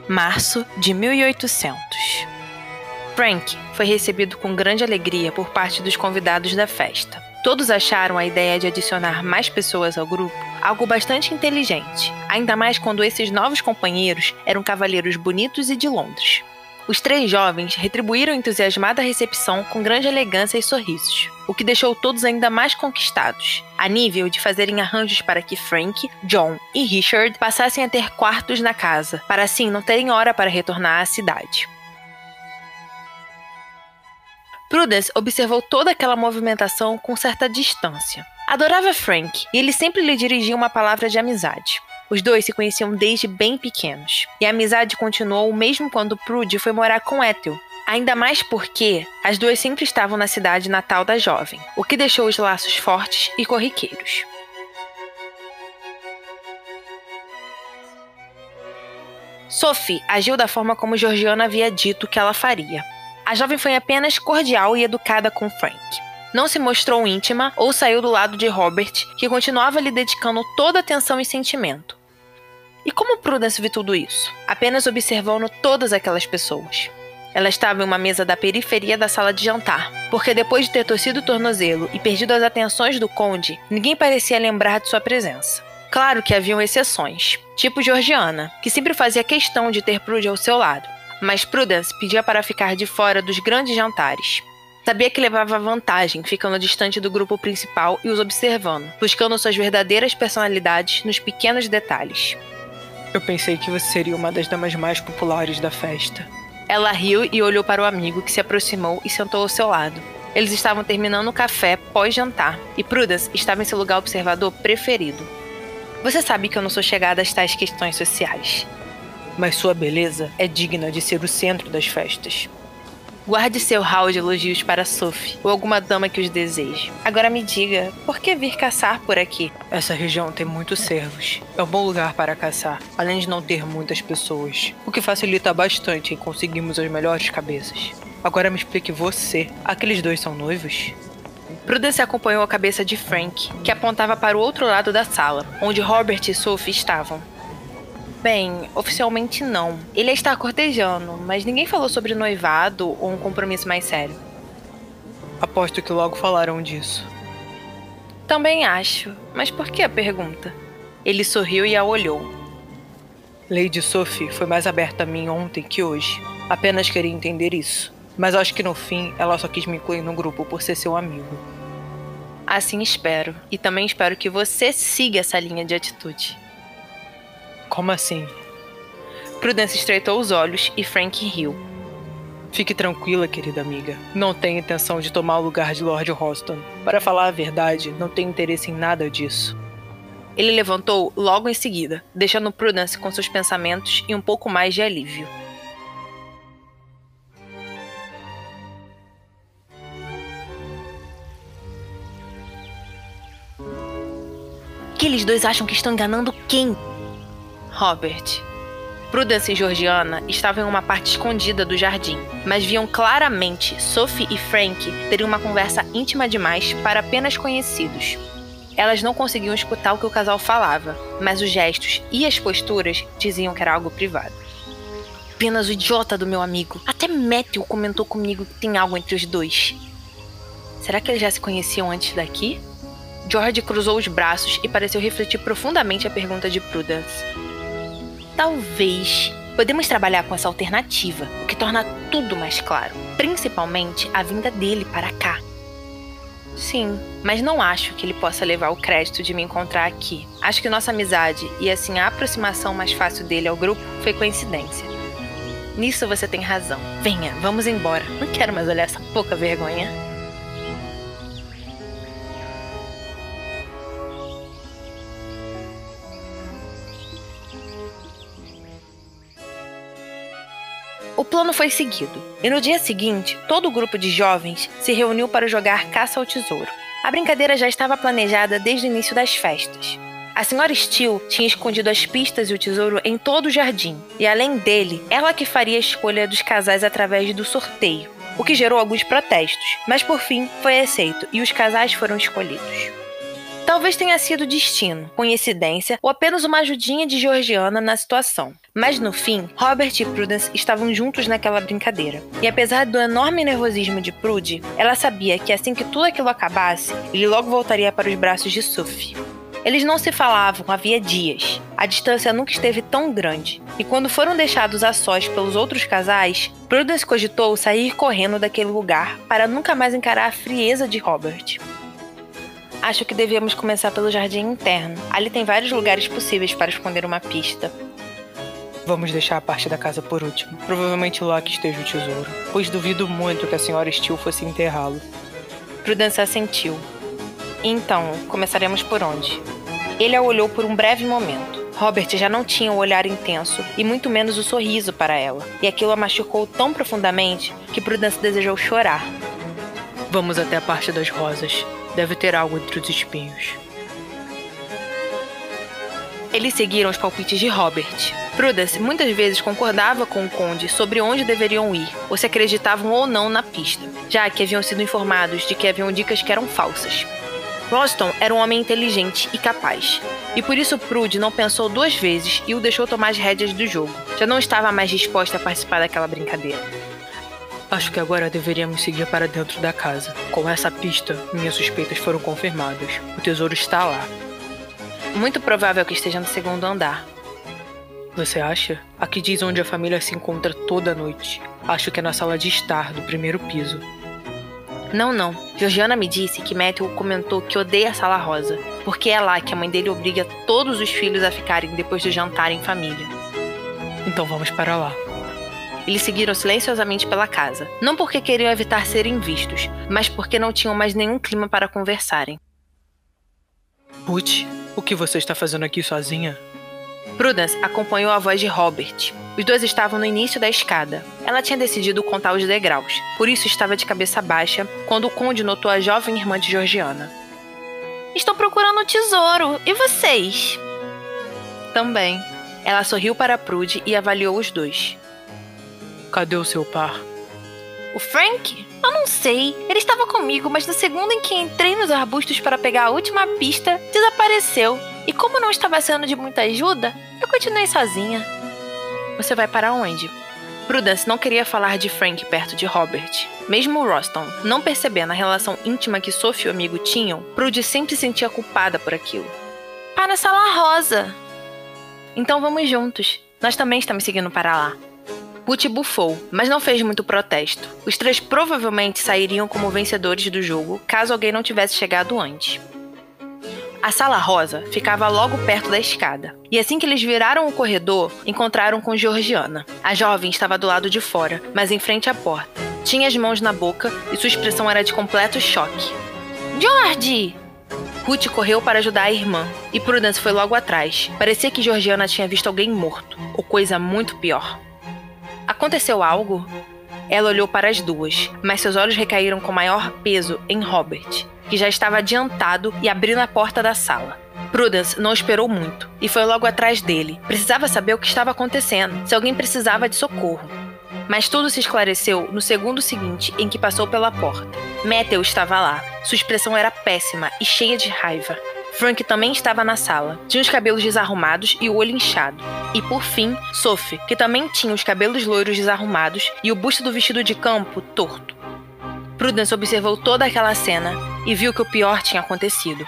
Março de 1800. Frank foi recebido com grande alegria por parte dos convidados da festa. Todos acharam a ideia de adicionar mais pessoas ao grupo algo bastante inteligente, ainda mais quando esses novos companheiros eram cavalheiros bonitos e de Londres. Os três jovens retribuíram a entusiasmada recepção com grande elegância e sorrisos, o que deixou todos ainda mais conquistados, a nível de fazerem arranjos para que Frank, John e Richard passassem a ter quartos na casa, para assim não terem hora para retornar à cidade. Prudence observou toda aquela movimentação com certa distância. Adorava Frank e ele sempre lhe dirigia uma palavra de amizade. Os dois se conheciam desde bem pequenos, e a amizade continuou mesmo quando Prudy foi morar com Ethel, ainda mais porque as duas sempre estavam na cidade natal da jovem, o que deixou os laços fortes e corriqueiros. Sophie agiu da forma como Georgiana havia dito que ela faria. A jovem foi apenas cordial e educada com Frank. Não se mostrou íntima ou saiu do lado de Robert, que continuava lhe dedicando toda atenção e sentimento. E como Prudence viu tudo isso? Apenas observando todas aquelas pessoas. Ela estava em uma mesa da periferia da sala de jantar, porque depois de ter torcido o tornozelo e perdido as atenções do conde, ninguém parecia lembrar de sua presença. Claro que haviam exceções, tipo Georgiana, que sempre fazia questão de ter Prudy ao seu lado, mas Prudence pedia para ficar de fora dos grandes jantares. Sabia que levava vantagem ficando distante do grupo principal e os observando, buscando suas verdadeiras personalidades nos pequenos detalhes. Eu pensei que você seria uma das damas mais populares da festa. Ela riu e olhou para o amigo que se aproximou e sentou ao seu lado. Eles estavam terminando o café pós-jantar e Prudence estava em seu lugar observador preferido. Você sabe que eu não sou chegada a tais questões sociais. Mas sua beleza é digna de ser o centro das festas. Guarde seu hall de elogios para Sophie, ou alguma dama que os deseje. Agora me diga, por que vir caçar por aqui? Essa região tem muitos cervos. É um bom lugar para caçar, além de não ter muitas pessoas, o que facilita bastante em conseguirmos as melhores cabeças. Agora me explique você, aqueles dois são noivos? Prudence acompanhou a cabeça de Frank, que apontava para o outro lado da sala, onde Robert e Sophie estavam. Bem, oficialmente não. Ele está cortejando, mas ninguém falou sobre noivado ou um compromisso mais sério. Aposto que logo falaram disso. Também acho, mas por que a pergunta? Ele sorriu e a olhou. Lady Sophie foi mais aberta a mim ontem que hoje. Apenas queria entender isso. Mas acho que no fim ela só quis me incluir no grupo por ser seu amigo. Assim espero. E também espero que você siga essa linha de atitude. Como assim? Prudence estreitou os olhos e Frank riu. Fique tranquila, querida amiga. Não tenho intenção de tomar o lugar de Lord Houston. Para falar a verdade, não tenho interesse em nada disso. Ele levantou logo em seguida, deixando Prudence com seus pensamentos e um pouco mais de alívio. Aqueles dois acham que estão enganando quem? Robert. Prudence e Georgiana estavam em uma parte escondida do jardim, mas viam claramente Sophie e Frank terem uma conversa íntima demais para apenas conhecidos. Elas não conseguiam escutar o que o casal falava, mas os gestos e as posturas diziam que era algo privado. Apenas o idiota do meu amigo. Até Matthew comentou comigo que tem algo entre os dois. Será que eles já se conheciam antes daqui? George cruzou os braços e pareceu refletir profundamente a pergunta de Prudence. Talvez. Podemos trabalhar com essa alternativa, o que torna tudo mais claro, principalmente a vinda dele para cá. Sim, mas não acho que ele possa levar o crédito de me encontrar aqui. Acho que nossa amizade e assim a aproximação mais fácil dele ao grupo foi coincidência. Nisso você tem razão. Venha, vamos embora. Não quero mais olhar essa pouca vergonha. O plano foi seguido, e no dia seguinte, todo o grupo de jovens se reuniu para jogar caça ao tesouro. A brincadeira já estava planejada desde o início das festas. A Sra. Steele tinha escondido as pistas e o tesouro em todo o jardim, e além dele, ela que faria a escolha dos casais através do sorteio, o que gerou alguns protestos, mas por fim foi aceito e os casais foram escolhidos. Talvez tenha sido destino, coincidência ou apenas uma ajudinha de Georgiana na situação. Mas no fim, Robert e Prudence estavam juntos naquela brincadeira. E apesar do enorme nervosismo de Prudy, ela sabia que assim que tudo aquilo acabasse, ele logo voltaria para os braços de Sophie. Eles não se falavam havia dias. A distância nunca esteve tão grande. E quando foram deixados a sós pelos outros casais, Prudence cogitou sair correndo daquele lugar para nunca mais encarar a frieza de Robert. Acho que devíamos começar pelo jardim interno. Ali tem vários lugares possíveis para esconder uma pista. Vamos deixar a parte da casa por último. Provavelmente lá que esteja o tesouro, pois duvido muito que a senhora Steele fosse enterrá-lo. Prudence assentiu. Então, começaremos por onde? Ele a olhou por um breve momento. Robert já não tinha o olhar intenso e muito menos o sorriso para ela, e aquilo a machucou tão profundamente que Prudence desejou chorar. Vamos até a parte das rosas. Deve ter algo entre os espinhos. Eles seguiram os palpites de Robert. Prudence muitas vezes concordava com o conde sobre onde deveriam ir, ou se acreditavam ou não na pista, já que haviam sido informados de que haviam dicas que eram falsas. Roston era um homem inteligente e capaz, e por isso Prudy não pensou duas vezes e o deixou tomar as rédeas do jogo. Já não estava mais disposta a participar daquela brincadeira. Acho que agora deveríamos seguir para dentro da casa. Com essa pista, minhas suspeitas foram confirmadas. O tesouro está lá. Muito provável que esteja no segundo andar. Você acha? Aqui diz onde a família se encontra toda noite. Acho que é na sala de estar, do primeiro piso. Não. Georgiana me disse que Matthew comentou que odeia a sala rosa, porque é lá que a mãe dele obriga todos os filhos a ficarem depois do jantar em família. Então vamos para lá. Eles seguiram silenciosamente pela casa, não porque queriam evitar serem vistos, mas porque não tinham mais nenhum clima para conversarem. Ruth, o que você está fazendo aqui sozinha? Prudence acompanhou a voz de Robert. Os dois estavam no início da escada. Ela tinha decidido contar os degraus, por isso estava de cabeça baixa quando o conde notou a jovem irmã de Georgiana. Estou procurando o tesouro. E vocês? Também. Ela sorriu para Prudy e avaliou os dois. Cadê o seu par? O Frank? Eu não sei. Ele estava comigo, mas no segundo em que entrei nos arbustos para pegar a última pista, desapareceu. E como não estava sendo de muita ajuda, eu continuei sozinha. Você vai para onde? Prudence não queria falar de Frank perto de Robert. Mesmo Roston não percebendo a relação íntima que Sophie e o amigo tinham, Prudy sempre se sentia culpada por aquilo. Para a sala rosa. Então vamos juntos. Nós também estamos seguindo para lá. Ruth bufou, mas não fez muito protesto. Os três provavelmente sairiam como vencedores do jogo, caso alguém não tivesse chegado antes. A sala rosa ficava logo perto da escada, e assim que eles viraram o corredor, encontraram com Georgiana. A jovem estava do lado de fora, mas em frente à porta. Tinha as mãos na boca e sua expressão era de completo choque. George! Ruth correu para ajudar a irmã, e Prudence foi logo atrás. Parecia que Georgiana tinha visto alguém morto, ou coisa muito pior. Aconteceu algo? Ela olhou para as duas, mas seus olhos recaíram com maior peso em Robert, que já estava adiantado e abrindo a porta da sala. Prudence não esperou muito e foi logo atrás dele. Precisava saber o que estava acontecendo, se alguém precisava de socorro. Mas tudo se esclareceu no segundo seguinte em que passou pela porta. Matthew estava lá. Sua expressão era péssima e cheia de raiva. Frank também estava na sala. Tinha os cabelos desarrumados e o olho inchado. E por fim, Sophie, que também tinha os cabelos loiros desarrumados e o busto do vestido de campo torto. Prudence observou toda aquela cena e viu que o pior tinha acontecido.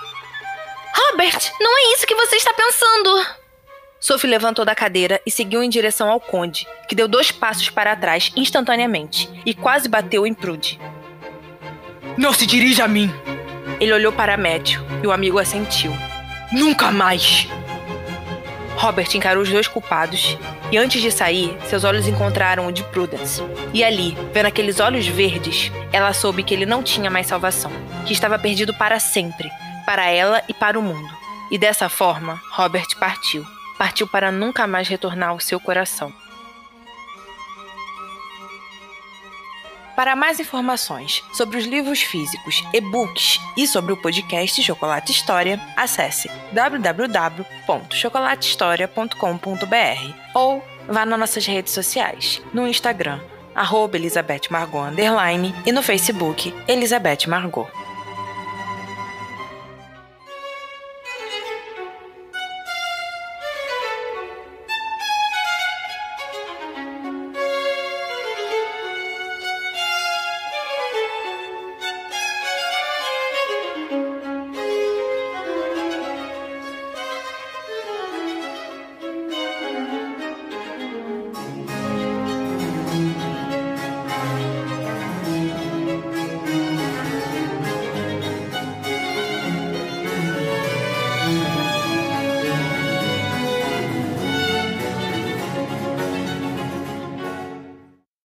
Robert, não é isso que você está pensando! Sophie levantou da cadeira e seguiu em direção ao conde, que deu 2 passos para trás instantaneamente e quase bateu em Prudy. Não se dirija a mim! Ele olhou para Matthew e o amigo assentiu. Nunca mais! Robert encarou os 2 culpados e antes de sair, seus olhos encontraram o de Prudence. E ali, vendo aqueles olhos verdes, ela soube que ele não tinha mais salvação, que estava perdido para sempre, para ela e para o mundo. E dessa forma, Robert partiu. Partiu para nunca mais retornar ao seu coração. Para mais informações sobre os livros físicos, e-books e sobre o podcast Chocolate História, acesse www.chocolatehistoria.com.br ou vá nas nossas redes sociais, no Instagram, @ElisabethMargot_ e no Facebook, Elizabeth Margot.